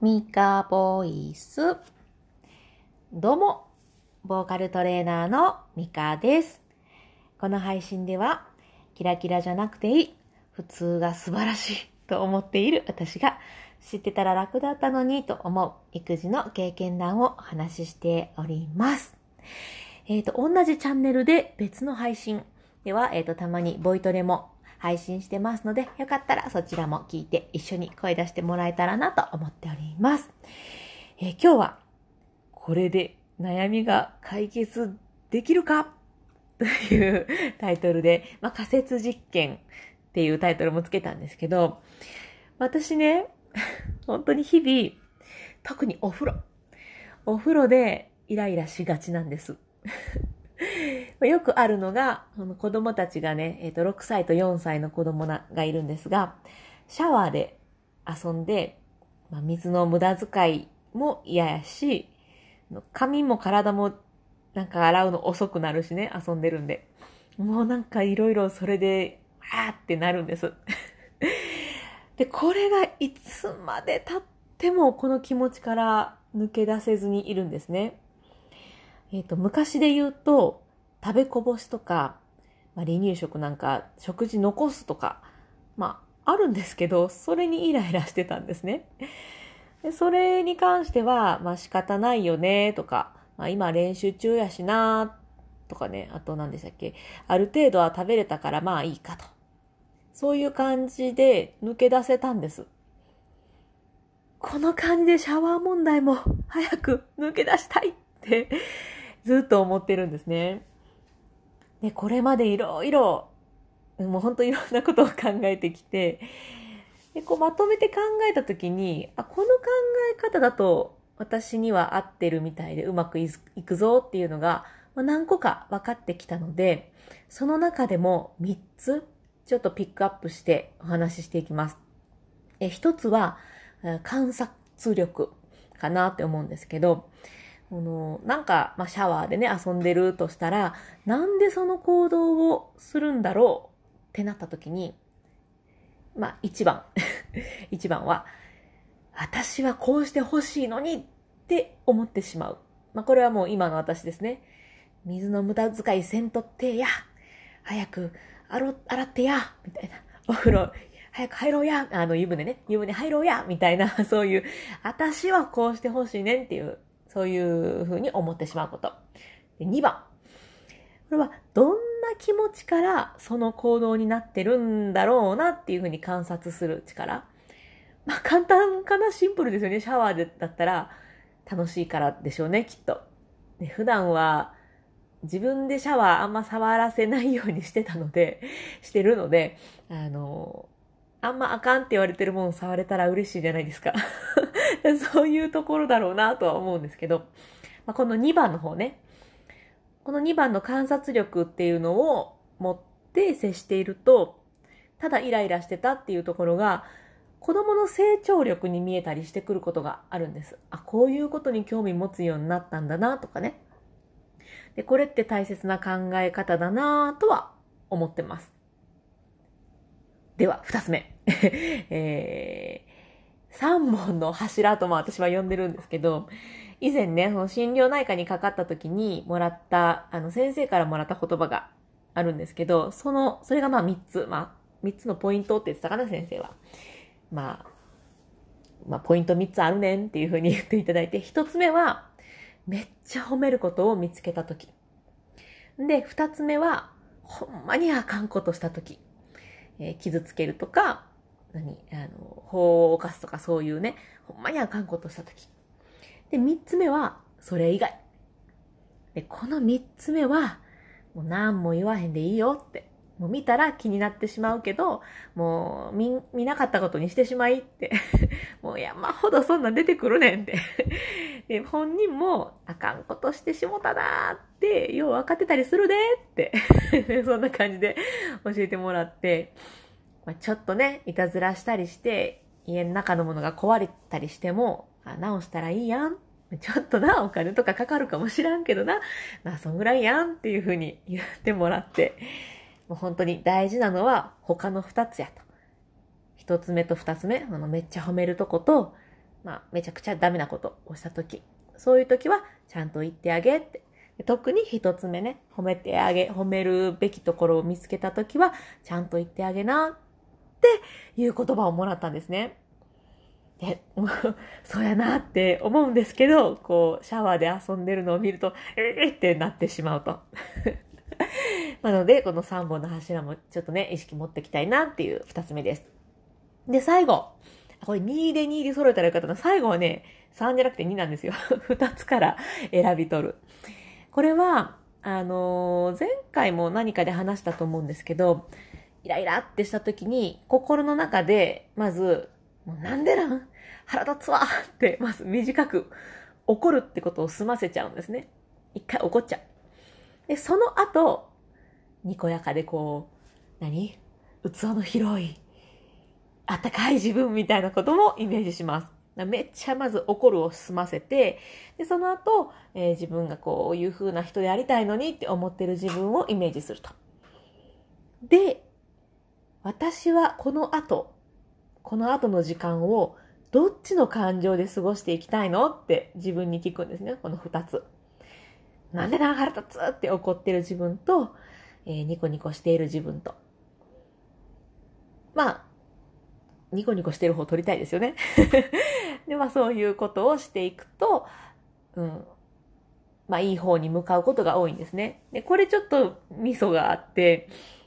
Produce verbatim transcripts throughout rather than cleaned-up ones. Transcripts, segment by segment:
ミカボイス。どうも、ボーカルトレーナーのミカです。この配信では、キラキラじゃなくていい、普通が素晴らしいと思っている私が、知ってたら楽だったのにと思う育児の経験談をお話ししております。えっと、同じチャンネルで別の配信では、えっと、たまにボイトレも配信してますので、よかったらそちらも聞いて一緒に声出してもらえたらなと思っております。えー、今日は、これで悩みが解決できるかというタイトルで、まあ、仮説実験っていうタイトルもつけたんですけど、私ね、本当に日々、特にお風呂、お風呂でイライラしがちなんです。よくあるのが、子供たちがね、えっと、ろくさいとよんさいの子供がいるんですが、シャワーで遊んで、まあ、水の無駄遣いも嫌やし、髪も体もなんか洗うの遅くなるしね、遊んでるんで。もうなんかいろいろそれで、わーってなるんです。で、これがいつまで経ってもこの気持ちから抜け出せずにいるんですね。えっと、昔で言うと、食べこぼしとか、まあ、離乳食なんか食事残すとか、まあ、あるんですけど、それにイライラしてたんですね。でそれに関しては、まあ仕方ないよねとか、まあ、今練習中やしなとかね、あと何でしたっけ、ある程度は食べれたからまあいいかと。そういう感じで抜け出せたんです。この感じでシャワー問題も早く抜け出したいってずっと思ってるんですね。で、これまでいろいろ、もう本当いろんなことを考えてきて、でこうまとめて考えたときに、あ、この考え方だと私には合ってるみたいでうまくいくぞっていうのが、まあ、何個か分かってきたので、その中でもみっつちょっとピックアップしてお話ししていきます。え一つは観察力かなって思うんですけど、このなんか、まあ、シャワーでね遊んでるとしたら、なんでその行動をするんだろうってなった時に、まあ一番一番は私はこうしてほしいのにって思ってしまう。まあこれはもう今の私ですね。水の無駄遣いせんとってや、早く洗ってやみたいな、お風呂早く入ろうや、あの湯船ね、湯船入ろうやみたいな、そういう私はこうしてほしいねんっていう、そういう風に思ってしまうこと。でにばん、これはどんな気持ちからその行動になってるんだろうなっていう風に観察する力。まあ簡単かな、シンプルですよね。シャワーでだったら楽しいからでしょうね、きっと。で普段は自分でシャワーあんま触らせないようにしてたので、してるので、あの、あんまあかんって言われてるもの触れたら嬉しいじゃないですか。そういうところだろうなとは思うんですけど、まあ、このにばんの方ね、このにばんの観察力っていうのを持って接していると、ただイライラしてたっていうところが、子供の成長力に見えたりしてくることがあるんです。あ、こういうことに興味持つようになったんだなとかね。で、これって大切な考え方だなとは思ってます。では、二つ目。えー、三本の柱とも私は呼んでるんですけど、以前ね、その心療内科にかかった時にもらった、あの先生からもらった言葉があるんですけど、その、それがまあ三つ、まあ三つのポイントって言ってたかな、先生は。まあ、まあポイント三つあるねんっていう風に言っていただいて、一つ目は、めっちゃ褒めることを見つけた時。で、二つ目は、ほんまにあかんことした時。えー、傷つけるとか、何あの、法を犯すとかそういうね、ほんまにあかんことしたとき。で、三つ目は、それ以外。で、この三つ目は、もう何も言わへんでいいよって。もう見たら気になってしまうけど、もう見、見なかったことにしてしまいって。もう山ほどそんなん出てくるねんって。で、本人もあかんことしてしもたなーって、よう分かってたりするでって。そんな感じで教えてもらって、まあ、ちょっとね、いたずらしたりして、家の中のものが壊れたりしても、あ、直したらいいやん。ちょっとな、お金とかかかるかもしらんけどな。まあ、そんぐらいやんっていうふうに言ってもらって、もう本当に大事なのは他の二つやと。一つ目と二つ目、あのめっちゃ褒めるとこと、 まあ、めちゃくちゃダメなことをしたとき、そういうときはちゃんと言ってあげって。特に一つ目ね、褒めてあげ、褒めるべきところを見つけたときは、ちゃんと言ってあげなっていう言葉をもらったんですね。で、そうやなって思うんですけど、こう、シャワーで遊んでるのを見ると、えーってなってしまうと。なので、このさんぼんの柱もちょっとね、意識持っていきたいなっていうふたつめです。で、最後。これにでにで揃えたらよかったな。最後はね、さんじゃなくてになんですよ。ふたつから選び取る。これは、あのー、前回も何かで話したと思うんですけど、イライラってした時に、心の中で、まず、もうなんでなん腹立つわって、まず短く怒るってことを済ませちゃうんですね。一回怒っちゃう。で、その後、にこやかでこう、何器の広い、あったかい自分みたいなこともイメージします。めっちゃまず怒るを済ませて、で、その後、えー、自分がこういう風な人でありたいのにって思ってる自分をイメージすると。で、私はこの後、この後の時間をどっちの感情で過ごしていきたいのって自分に聞くんですね。この二つ。なんでな腹立つって怒ってる自分と、えー、ニコニコしている自分と。まあ、ニコニコしてる方を取りたいですよね。で、まあそういうことをしていくと、うん。まあいい方に向かうことが多いんですね。で、これちょっとミソがあって、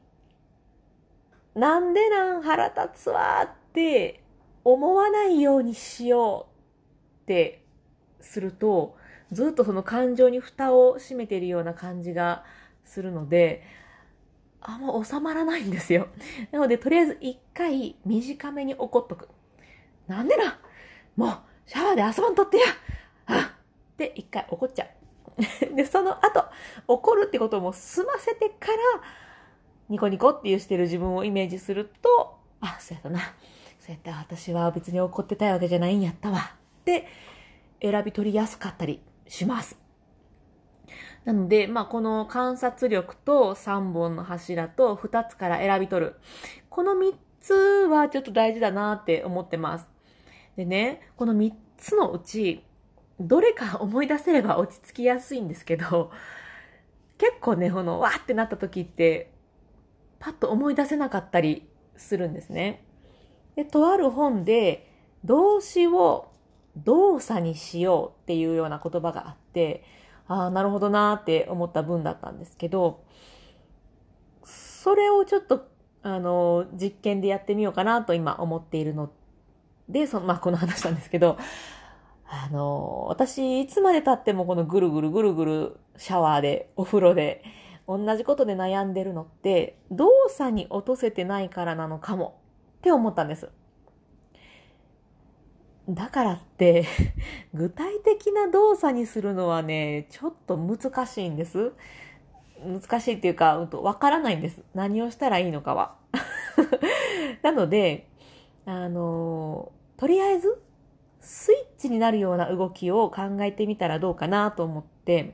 なんでなん腹立つわって思わないようにしようってすると、ずっとその感情に蓋を閉めているような感じがするので、あんま収まらないんですよ。なので、とりあえず一回短めに怒っとく。なんでなもう、シャワーで遊ばんとってやあって一回怒っちゃう。で、その後、怒るってことも済ませてから、ニコニコっていうしてる自分をイメージすると、あ、そうやったな。そうやった私は別に怒ってたいわけじゃないんやったわ。って選び取りやすかったりします。なので、まあ、この観察力とさんぼんの柱とふたつから選び取る。このみっつはちょっと大事だなって思ってます。でね、このみっつのうち、どれか思い出せれば落ち着きやすいんですけど、結構ね、このわーってなった時って、パッと思い出せなかったりするんですね。で、とある本で、動詞を動作にしようっていうような言葉があって、ああ、なるほどなーって思った文だったんですけど、それをちょっと、あの、実験でやってみようかなと今思っているので、その、まあ、この話なんですけど、あの、私、いつまで経ってもこのぐるぐるぐるぐるシャワーで、お風呂で、同じことで悩んでるのって、動作に落とせてないからなのかもって思ったんです。だからって具体的な動作にするのはね、ちょっと難しいんです。難しいっていうか、わからないんです。何をしたらいいのかは。なので、あの、とりあえず、スイッチになるような動きを考えてみたらどうかなと思って、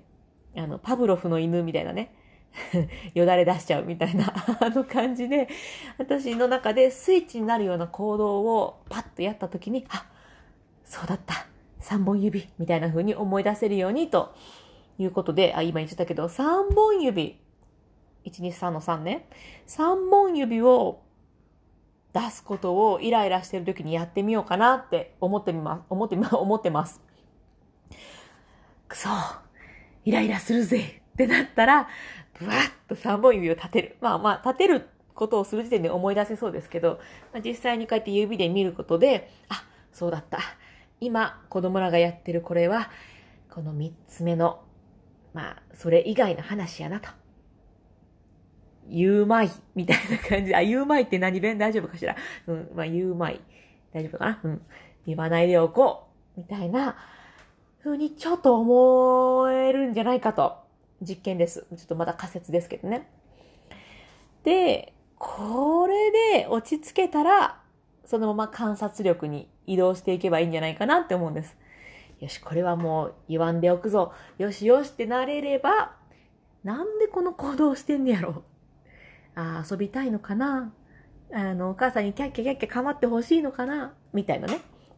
あの、パブロフの犬みたいなね、よだれ出しちゃうみたいなあの感じで、私の中でスイッチになるような行動をパッとやった時に、あ、そうだった。三本指みたいな風に思い出せるようにということで、あ、今言ってたけど、三本指、いち、に、さんのさんね。三本指を出すことをイライラしてる時にやってみようかなって思ってみます。思ってみ、思ってます。くそ、イライラするぜってなったら、ブワッと三本指を立てる。まあまあ、立てることをする時点で思い出せそうですけど、まあ、実際にこうやって指で見ることで、あ、そうだった。今、子供らがやってるこれは、この三つ目の、まあ、それ以外の話やなと。言うまい、みたいな感じで、あ、言うまいって何弁大丈夫かしら。うん、まあ、言うまい。大丈夫かなうん。言わないでおこう。みたいな、ふうにちょっと思えるんじゃないかと。実験です。ちょっとまだ仮説ですけどね。で、これで落ち着けたら、そのまま観察力に移動していけばいいんじゃないかなって思うんです。よし、これはもう言わんでおくぞ。よしよしってなれれば、なんでこの行動をしてんねやろ。あ、遊びたいのかなあの、お母さんにキャッキャキャッキャ構ってほしいのかなみたいなね。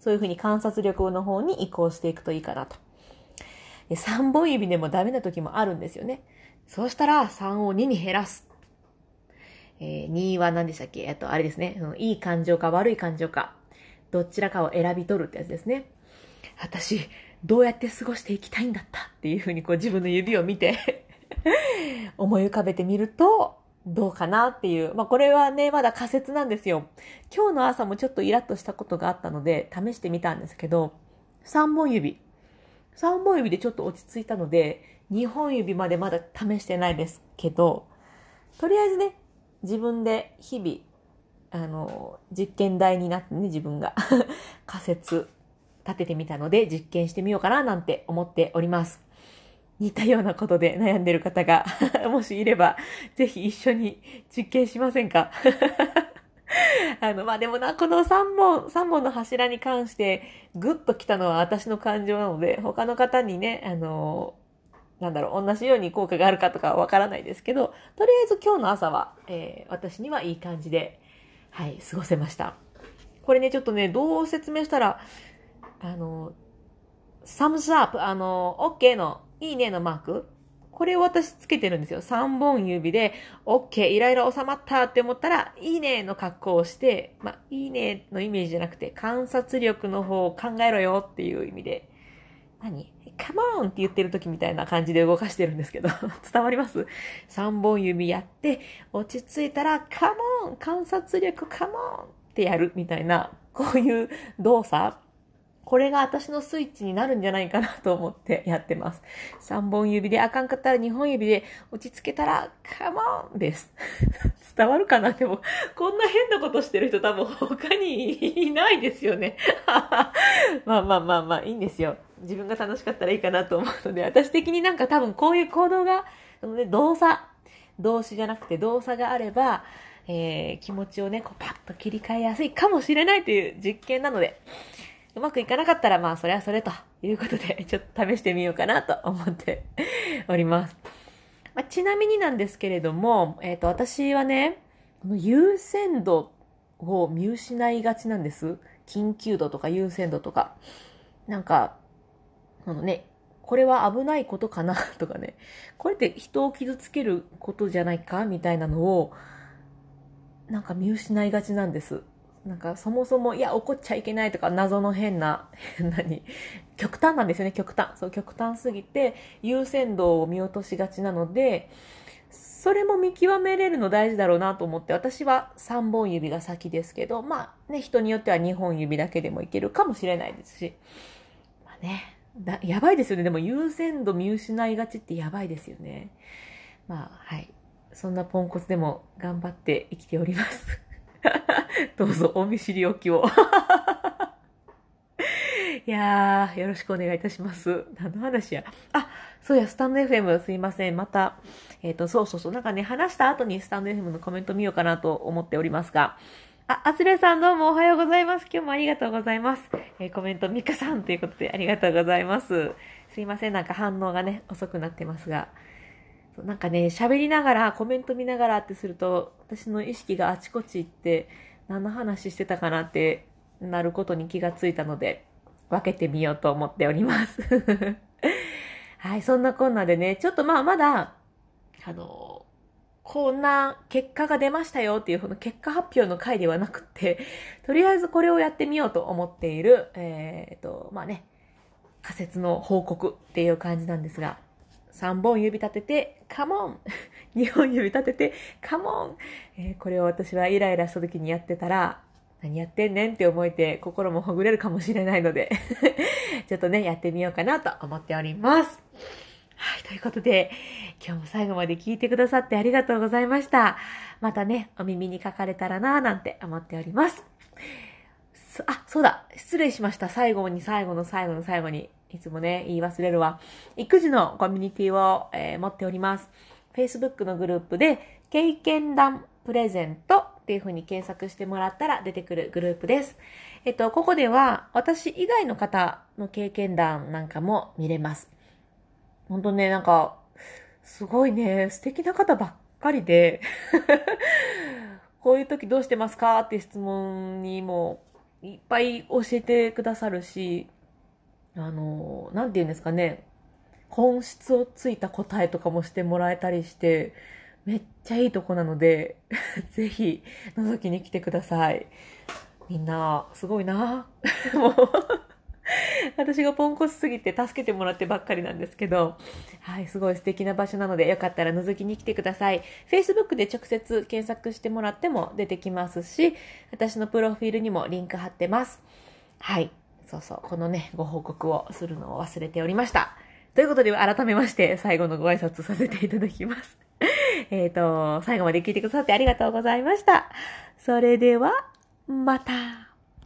そういうふうに観察力の方に移行していくといいかなと。でさんぼん指でもダメな時もあるんですよね。そうしたらさんをにに減らす。えー、には何でしたっけ？あとあれですね。いい感情か悪い感情か。どちらかを選び取るってやつですね。私、どうやって過ごしていきたいんだったっていうふうにこう自分の指を見て思い浮かべてみると、どうかなっていう。まあこれはね、まだ仮説なんですよ。今日の朝もちょっとイラッとしたことがあったので、試してみたんですけど、さんぼん指。さんぼん指でちょっと落ち着いたので、にほん指までまだ試してないですけど、とりあえずね、自分で日々、あの、実験台になってね、自分が仮説立ててみたので、実験してみようかななんて思っております。似たようなことで悩んでる方がもしいれば、ぜひ一緒に実験しませんかあの、まあ、でもな、このさんぼん、さんぼんの柱に関して、ぐっと来たのは私の感情なので、他の方にね、あの、なんだろう、同じように効果があるかとかはわからないですけど、とりあえず今日の朝は、えー、私にはいい感じで、はい、過ごせました。これね、ちょっとね、どう説明したら、あの、サムズアップ、あの、OK の、いいねのマーク。これを私つけてるんですよ。さんぼん指で、OK、イライラ収まったって思ったら、いいねの格好をして、まあ、いいねのイメージじゃなくて、観察力の方を考えろよっていう意味で、何 ?Come on って言ってる時みたいな感じで動かしてるんですけど、伝わります？ さん 本指やって、落ち着いたら、Come on! 観察力 Come on! ってやるみたいな、こういう動作。これが私のスイッチになるんじゃないかなと思ってやってます。さんぼん指であかんかったらにほん指で落ち着けたら、カモンです。伝わるかな？でも、こんな変なことしてる人多分他にいないですよね。まあまあまあまあ、いいんですよ。自分が楽しかったらいいかなと思うので、私的になんか多分こういう行動が、動作、動詞じゃなくて動作があれば、えー、気持ちをね、こうパッと切り替えやすいかもしれないという実験なので、うまくいかなかったら、まあ、それはそれということで、ちょっと試してみようかなと思っております。まあ、ちなみになんですけれども、えっと、私はね、この優先度を見失いがちなんです。緊急度とか優先度とか。なんか、あのね、これは危ないことかなとかね、これって人を傷つけることじゃないかみたいなのを、なんか見失いがちなんです。なんかそもそも、いや、怒っちゃいけないとか、謎の変な、何、極端なんですよね、極端。そう、極端すぎて、優先度を見落としがちなので、それも見極めれるの大事だろうなと思って、私はさんぼん指が先ですけど、まあね、人によってはにほん指だけでもいけるかもしれないですし、まあね、だやばいですよね。でも優先度見失いがちってやばいですよね。まあ、はい。そんなポンコツでも頑張って生きております。どうぞお見知りおきを。いやー、よろしくお願いいたします。何の話や。あ、そうや、スタンド エフエム すいません。また、えっと、そうそうそう。なんかね、話した後にスタンド エフエム のコメント見ようかなと思っておりますが。あ、あつれさんどうもおはようございます。今日もありがとうございます。えー、コメントみかさんということでありがとうございます。すいません。なんか反応がね、遅くなってますが。なんかね、喋りながら、コメント見ながらってすると、私の意識があちこち行って、何の話してたかなってなることに気がついたので、分けてみようと思っております。はい、そんなこんなでね、ちょっとまあまだ、あの、こんな結果が出ましたよっていうこの結果発表の回ではなくて、とりあえずこれをやってみようと思っている、えっと、まあね、仮説の報告っていう感じなんですが、さんぼん指立てて、カモン !に 本指立てて、カモン、えー、これを私はイライラした時にやってたら、何やってんねんって思えて心もほぐれるかもしれないので、ちょっとね、やってみようかなと思っております。はい、ということで、今日も最後まで聞いてくださってありがとうございました。またね、お耳にかかれたらなぁなんて思っております。あ、そうだ。失礼しました。最後に最後の最後の最後に。いつもね、言い忘れるわ。育児のコミュニティを、えー、持っております。Facebook のグループで、経験談プレゼントっていう風に検索してもらったら出てくるグループです。えっと、ここでは私以外の方の経験談なんかも見れます。ほんとね、なんか、すごいね、素敵な方ばっかりで、こういう時どうしてますかって質問にもいっぱい教えてくださるし、あの、なんて言うんですかね、本質をついた答えとかもしてもらえたりして、めっちゃいいとこなので、ぜひ覗きに来てください。みんな、すごいなもう私がポンコツすぎて助けてもらってばっかりなんですけど、はい、すごい素敵な場所なので、よかったら覗きに来てください。Facebook で直接検索してもらっても出てきますし、私のプロフィールにもリンク貼ってます。はい、そうそう、このね、ご報告をするのを忘れておりました。ということで、改めまして、最後のご挨拶させていただきます。えっと、最後まで聞いてくださってありがとうございました。それでは、また。